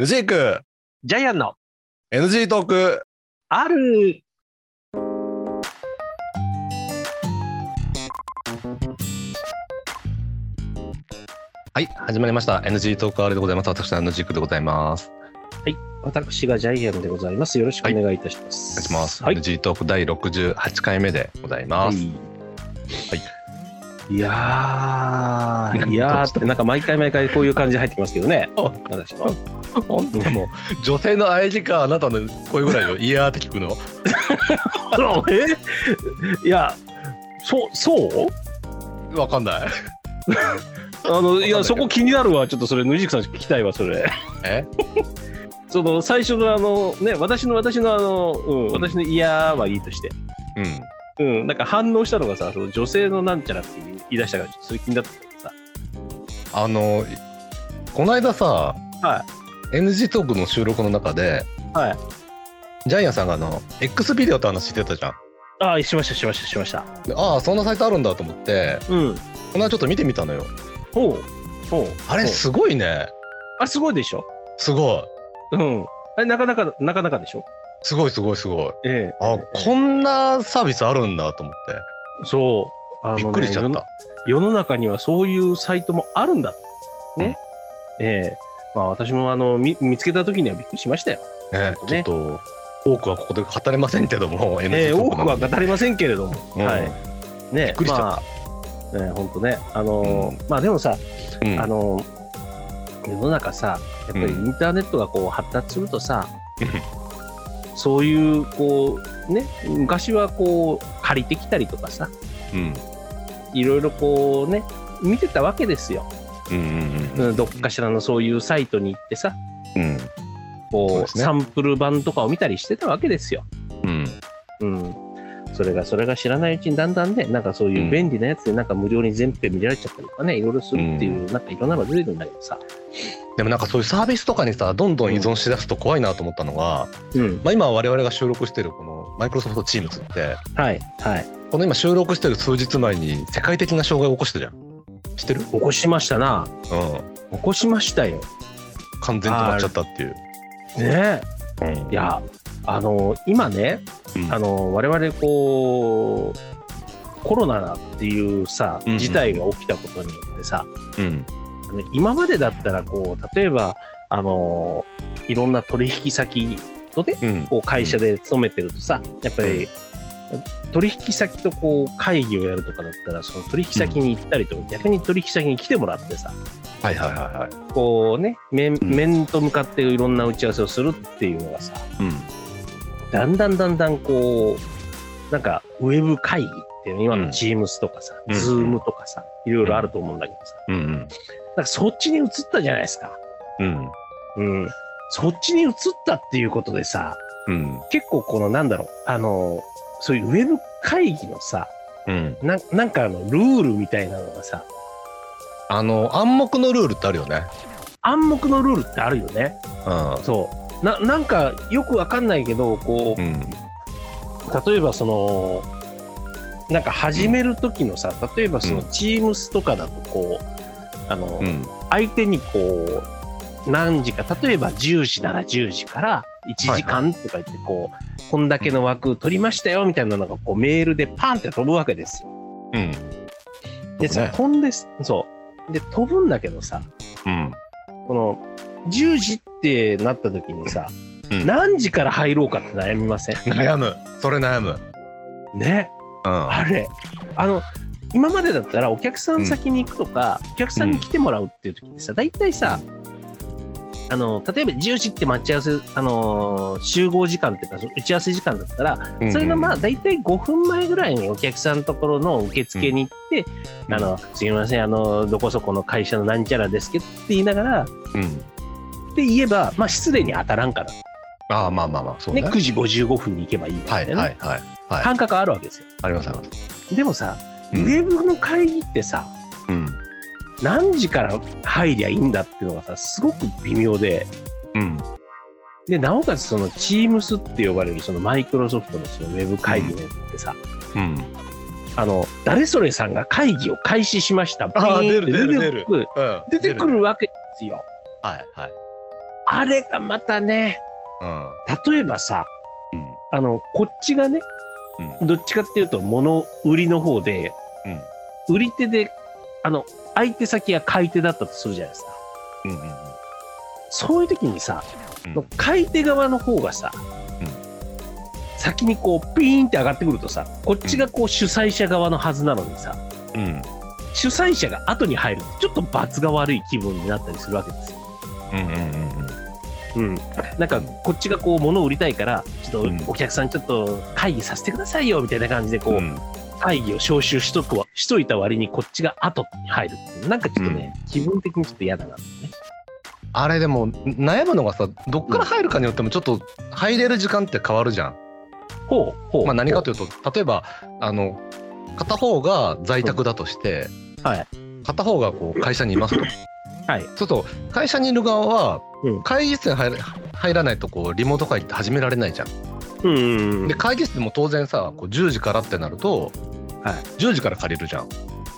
ヌジークジャイアンの NG トーク。 ある。 はい、始まりました NG トーク R でございます。私のヌジークでございます。 はい、私がジャイアンでございます。よろしくお願いいたします。 お願いします。 はい、 NG トーク第68回目でございます。はい。 いやーってなんか毎回こういう感じで入ってきますけどね。私は。 本当もう女性の愛人かあなたの声ぐらいのイヤーって聞くの。 いや、そうわかんない。 いやそこ気になるわ。ちょっとそれヌジークさん聞きたいわそれ。その最初のね私の私のイヤーはいいとして。なんか反応したのがさ、その女性のなんちゃらって言い出したから、ちょっとそれ気になったけどさ。 この間さ、 はい、 NG トークの収録の中で、 はい、 ジャイアンさんがX ビデオって話してたじゃん。 ああ、しました。 ああ、そんなサイトあるんだと思って、この間ちょっと見てみたのよ。あれすごいね。 あ、すごいでしょ。 すごい。 あれなかなかでしょ。 すごい。こんなサービスあるんだと思って。 そう。 びっくりしちゃった。 世の中にはそういうサイトもあるんだ。ね。まあ私も見つけた時にはびっくりしましたよ。 ちょっと多くはここで語れませんけども、 多くは語れませんけれども。はい。ね。 びっくりしちゃった。 本当ね。まあでもさ、世の中さ、やっぱりインターネットがこう発達するとさ、そういうこうね、昔はこう借りてきたりとかさ、いろいろこうね見てたわけですよ。どっかしらのそういうサイトに行ってさ、こうサンプル版とかを見たりしてたわけですよ。それが知らないうちにだんだんね、なんかそういう便利なやつでなんか無料に全編見られちゃったりとかね、いろいろするっていう、なんかいろんなのが出てるんだけどさ。 でもなんかそういうサービスとかにさ、どんどん依存しだすと怖いなと思ったのが、今我々が収録してるこのマイクロソフトチームズって、この今収録してる数日前に世界的な障害を起こしたじゃん。知ってる？ 起こしましたな。起こしましたよ。 完全に止まっちゃったっていう。 ねえ。いや、今ね、我々こうコロナっていうさ事態が起きたことによってさ、今までだったらこう例えばいろんな取引先とね、こう会社で勤めてるとさ、やっぱり取引先とこう会議をやるとかだったら、その取引先に行ったりとか、逆に取引先に来てもらってさ、こうね、面と向かっていろんな打ち合わせをするっていうのがさ、だんだんこうなんかウェブ会議っていうの、今の Teams とかさ、Zoom とかさ、いろいろあると思うんだけどさ、なんかそっちに移ったじゃないですか。そっちに移ったっていうことでさ、結構このなんだろう、そういうウェブ会議のさ、なんかルールみたいなのがさ、 暗黙のルールってあるよね。 暗黙のルールってあるよね。そうなんかよくわかんないけど、こう、例えばそのなんか始める時のさ、例えばその Teams とかだとこう相手にこう何時か、例えば10時なら10時から1時間とか言ってこんだけの枠取りましたよみたいなのがこうメールでパンって飛ぶわけですよ。で飛んで、で飛ぶんだけどさ、この10時ってなった時にさ、何時から入ろうかって悩みません？ 悩む。それ悩む。 ね。あれ今までだったらお客さん先に行くとか、お客さんに来てもらうっていう時ってさ、大体さ、例えば10時って待ち合わせ、集合時間っていうか打ち合わせ時間だったら、それがまあ大体5分前ぐらいにお客さんのところの受付に行って、すみません、どこそこの会社のなんちゃらですけどって言いながら、って言えば、まあ失礼に当たらんから。 まあそうね。 9時55分に行けばいいみたいなね。感覚あるわけですよ。 あります。 でもさ、ウェブの会議ってさ、何時から入りゃいいんだっていうのがさ、すごく微妙で、でなおかつその Teams って呼ばれるそのマイクロソフトのそのウェブ会議のやつってさ、誰それさんが会議を開始しました。 出る。 出てくるわけですよ。 あれがまたね、例えばさ、こっちがね、どっちかっていうと物売りの方で、売り手で相手先が買い手だったとするじゃないですか。そういう時にさ、買い手側の方がさ、先にこうピーンって上がってくるとさ、こっちがこう主催者側のはずなのにさ、主催者が後に入るとちょっと罰が悪い気分になったりするわけですよ。なんかこっちがこう物を売りたいからちょっとお客さんちょっと会議させてくださいよみたいな感じでこう、会議を招集しといた割にこっちが後に入るっていう、なんかちょっとね、気分的にちょっと嫌だなってね。 あれでも悩むのがさ、どっから入るかによってもちょっと入れる時間って変わるじゃん。まあ何かというと、例えば片方が在宅だとして、片方がこう会社にいますと。そうすると会社にいる側は会議室に入らないとこうリモート会議って始められないじゃん。で会議室でも当然さ、こう10時からってなると、10時から借りるじゃん。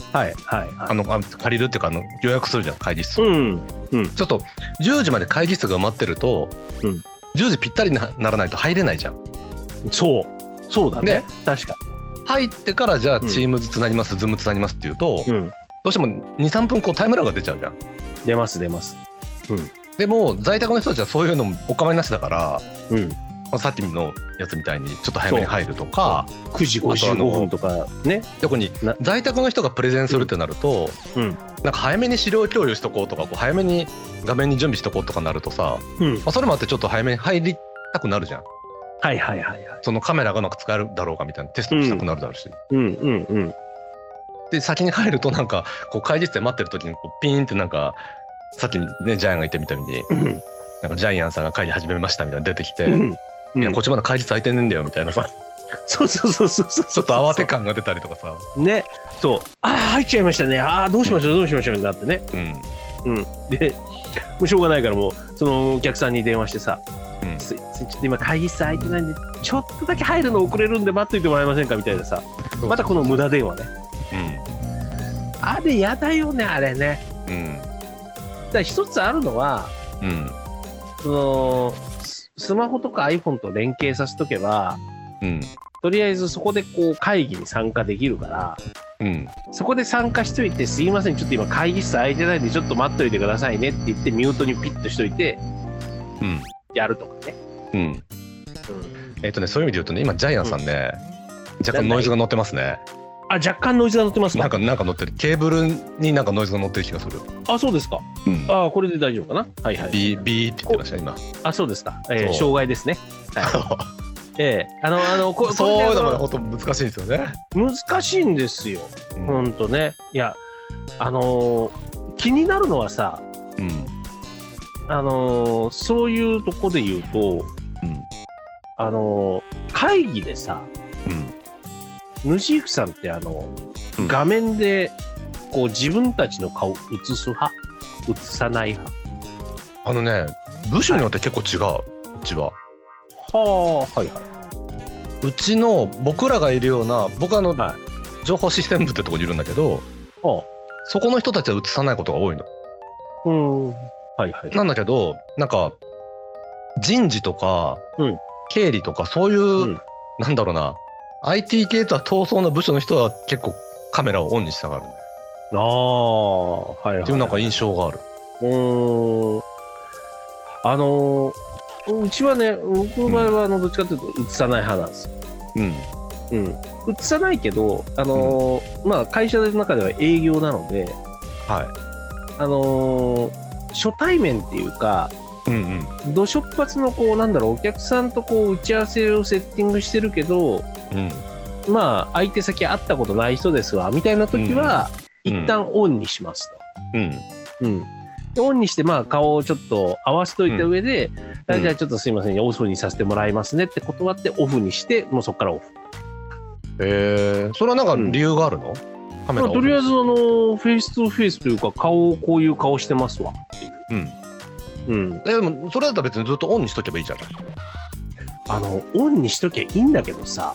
借りるっていうか予約するじゃん、会議室。ちょっと10時まで会議室が埋まってると、10時ぴったりにならないと入れないじゃん。 そうだね。確か入ってからじゃあ Teams つなぎます、Zoom つなぎますっていうと、どうしても 2,3 分こうタイムラグが出ちゃうじゃん。 出ます。 でも在宅の人たちはそういうのお構いなしだから、さっきのやつみたいにちょっと早めに入るとか、 9時55分とかね。 特に在宅の人がプレゼンするってなると、なんか早めに資料共有しとこうとか、こう早めに画面に準備しとこうとかなるとさ、それもあってちょっと早めに入りたくなるじゃん。そのカメラがうまく使えるだろうかみたいなテストしたくなるだろうし。で先に入るとなんかこう会議室で待ってる時にこうピーンってなんかさっきねジャイアンが言ったみたいに、なんかジャイアンさんが会議始めましたみたいな出てきて、いやこっちまだ会議室空いてねえんだよみたいなさ。ちょっと慌て感が出たりとかさ。 ね、入っちゃいましたね。どうしましょうってなってね。でもうしょうがないからもうそのお客さんに電話してさ、ちょっと今会議室空いてないんでちょっとだけ入るの遅れるんで待っといてもらえませんかみたいなさ、またこの無駄電話ね。あれやだよね、あれね。だから一つあるのは、そのスマホとか iPhone と連携させとけば、とりあえずそこでこう会議に参加できるから、そこで参加しといて、すいませんちょっと今会議室空いてないんでちょっと待っといてくださいねって言ってミュートにピッとしといて、やるとかね。そういう意味で言うとね、今ジャイアンさんね、若干ノイズが乗ってますね。 若干ノイズが乗ってますか。 なんか乗ってる、ケーブルになんかノイズが乗ってる気がする。 そうですか。これで大丈夫かな。 ビーって言ってました今。 そうですか。障害ですね。 そういうのも本当難しいんですよね。 難しいんですよ。本当ね。いや気になるのはさ、そういうとこで言うと、会議でさ、主行さんって画面でこう自分たちの顔映す派、映さない派。 部署によって結構違う。うちは。うちの僕らがいるような、僕情報システム部ってとこにいるんだけど、そこの人たちは映さないことが多いの。なんだけど、なんか人事とか、経理とかそういう、なんだろうな、IT 系とは遠そうな部署の人は結構カメラをオンにしたがる。っていうなんか印象がある。 うちはね、僕の場合はどっちかというと映さない派なんですよ。映さないけど、会社の中では営業なので、初対面っていうか、ど出発のこうお客さんとこう打ち合わせをセッティングしてるけど、相手先会ったことない人ですわみたいな時は、一旦オンにしますと。でオンにして顔をちょっと合わせといた上で、じゃあちょっとすいませんオフにさせてもらいますねって断ってオフにして、もうそこからオフ。 それはなんか理由があるの？カメラとりあえずフェイストゥフェイスというか、顔をこういう顔してますわっていう。 でもそれだったら別にずっとオンにしとけばいいじゃない。 オンにしときゃいいんだけどさ、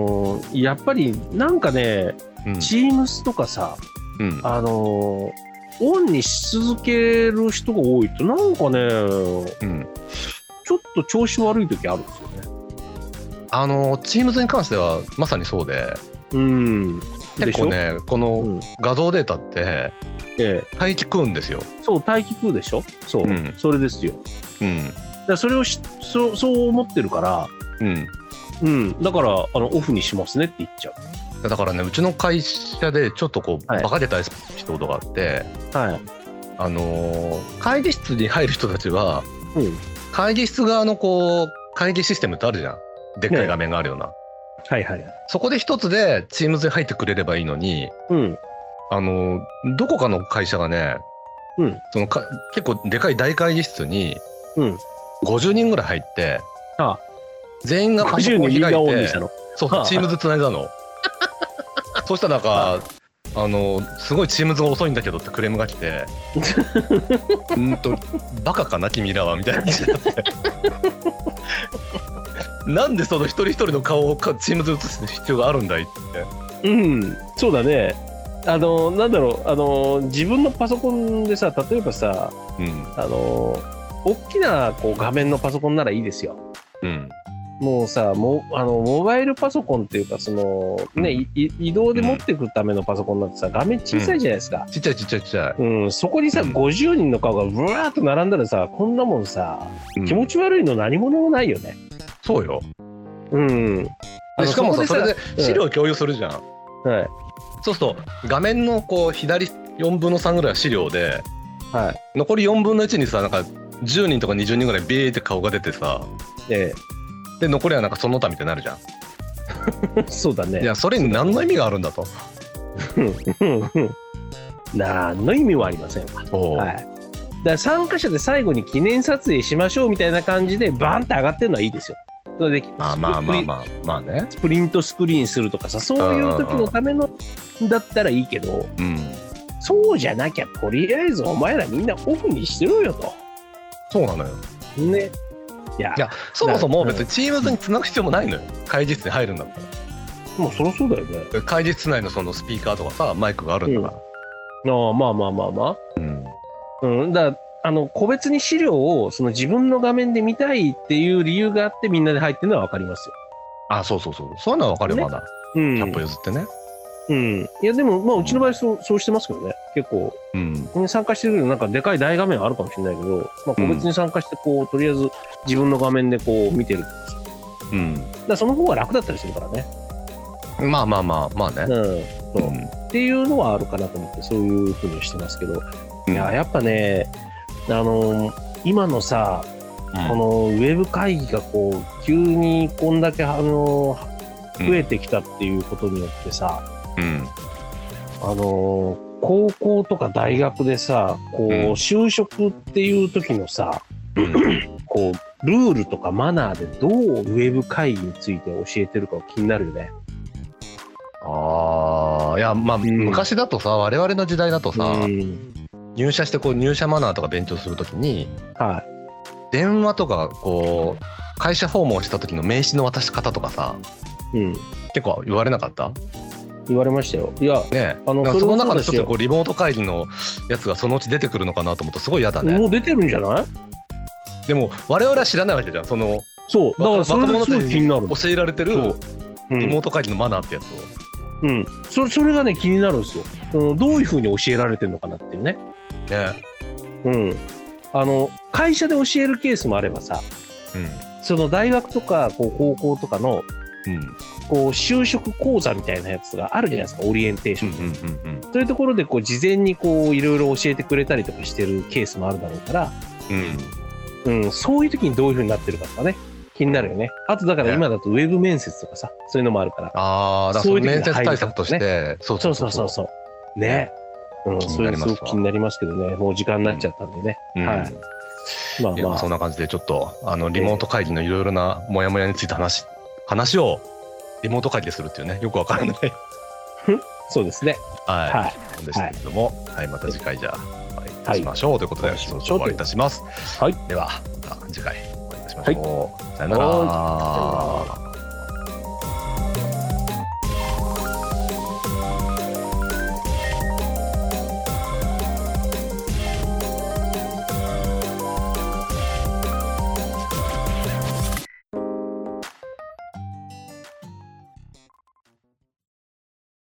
やっぱりなんかね、Teams とかさ、 オンにし続ける人が多いとなんかね、ちょっと調子悪い時あるんですよね。 Teams に関してはまさにそうで、結構ねこの画像データって待機食うんですよ。 そう待機食うでしょ。そう、それですよ。だからそれをそう思ってるから、だからオフにしますねって言っちゃう。だからね、うちの会社でちょっとこう、バカげた人があって、会議室に入る人たちは、会議室側のこう会議システムってあるじゃん。でっかい画面があるような。そこで一つで Teams に入ってくれればいいのに、どこかの会社がね、結構でかい大会議室に50人ぐらい入って、全員がパソコンを開いて、そう、Teams つないだの。そうしたらなんかすごい Teams が遅いんだけどってクレームが来てバカかな君らはみたいな感じになってなんでその一人一人の顔を Teams で映す必要があるんだいって。 そうだね。なんだろう、自分のパソコンでさ、例えばさ、大きなこう画面のパソコンならいいですよ。もうさ、モバイルパソコンっていうか、そのね、移動で持っていくためのパソコンなんてさ、画面小さいじゃないですか。 ちっちゃい。 そこにさ、50人の顔がブワーっと並んだらさ、こんなもんさ、気持ち悪いの何者もないよね。 そうよ。しかもさ、それで資料を共有するじゃん。そうすると画面のこう左4分の3ぐらいは資料で、残り4分の1にさ、なんか10人とか20人ぐらいビーって顔が出てさ、で残りはなんかその他みたいになるじゃん。 そうだね。 いや、それに何の意味があるんだと。 何の意味もありませんわ。だから参加者で最後に記念撮影しましょうみたいな感じでバーンって上がってるのはいいですよ。それでまあね、 プリントスクリーンするとかさ、そういう時のためのだったらいいけど、そうじゃなきゃとりあえずお前らみんなオフにしてろよと。 そうなのよね。 いやそもそも別に Teams につなぐ必要もないのよ。会議室に入るんだったら。 もうそりゃそうだよね。 会議室内のそのスピーカーとかさ、マイクがあるんだから。 だから個別に資料をその自分の画面で見たいっていう理由があってみんなで入ってるのは分かりますよ。 そういうのは分かるよ、まだ。100歩譲ってね。 いやでもうちの場合そうしてますけどね。結構参加してるけど、なんかでかい大画面あるかもしれないけど、個別に参加してこうとりあえず自分の画面でこう見てる。だからその方が楽だったりするからね。 まあね。 っていうのはあるかなと思って、そういうふうにしてますけど、やっぱね、今のさ、このウェブ会議がこう急にこんだけ増えてきたっていうことによってさ、高校とか大学でさ、こう就職っていう時のさ、こうルールとかマナーでどうウェブ会議について教えてるか気になるよね。 いや昔だとさ、我々の時代だとさ、入社してこう入社マナーとか勉強するときに、電話とかこう会社訪問した時の名刺の渡し方とかさ、結構言われなかった？ 言われましたよ。いやね、その中で一つこうリモート会議のやつがそのうち出てくるのかなと思うとすごい嫌だね。 もう出てるんじゃない？ でも我々は知らないわけじゃん。そうだからそれがすごい気になる。教えられてるリモート会議のマナーってやつを。 それがね気になるんですよ。どういうふうに教えられてるのかなっていうね。会社で教えるケースもあればさ、その大学とかこう高校とかの、こう就職講座みたいなやつがあるじゃないですか、オリエンテーション。そういうところでこう事前にこういろいろ教えてくれたりとかしてるケースもあるだろうから、そういう時にどういうふうになってるかとかね。気になるよね。あとだから今だとウェブ面接とかさ、そういうのもあるから。 だからそういう面接対策として、そうね。それすごく気になりますけどね。もう時間になっちゃったんでね。 そんな感じでちょっとリモート会議のいろいろなモヤモヤについて話をリモート会議でするっていうね、よくわからない。 そうですね。 でしたけども、また次回じゃあお会いしましょうということで、終わりいたします。ではまた次回。さよなら。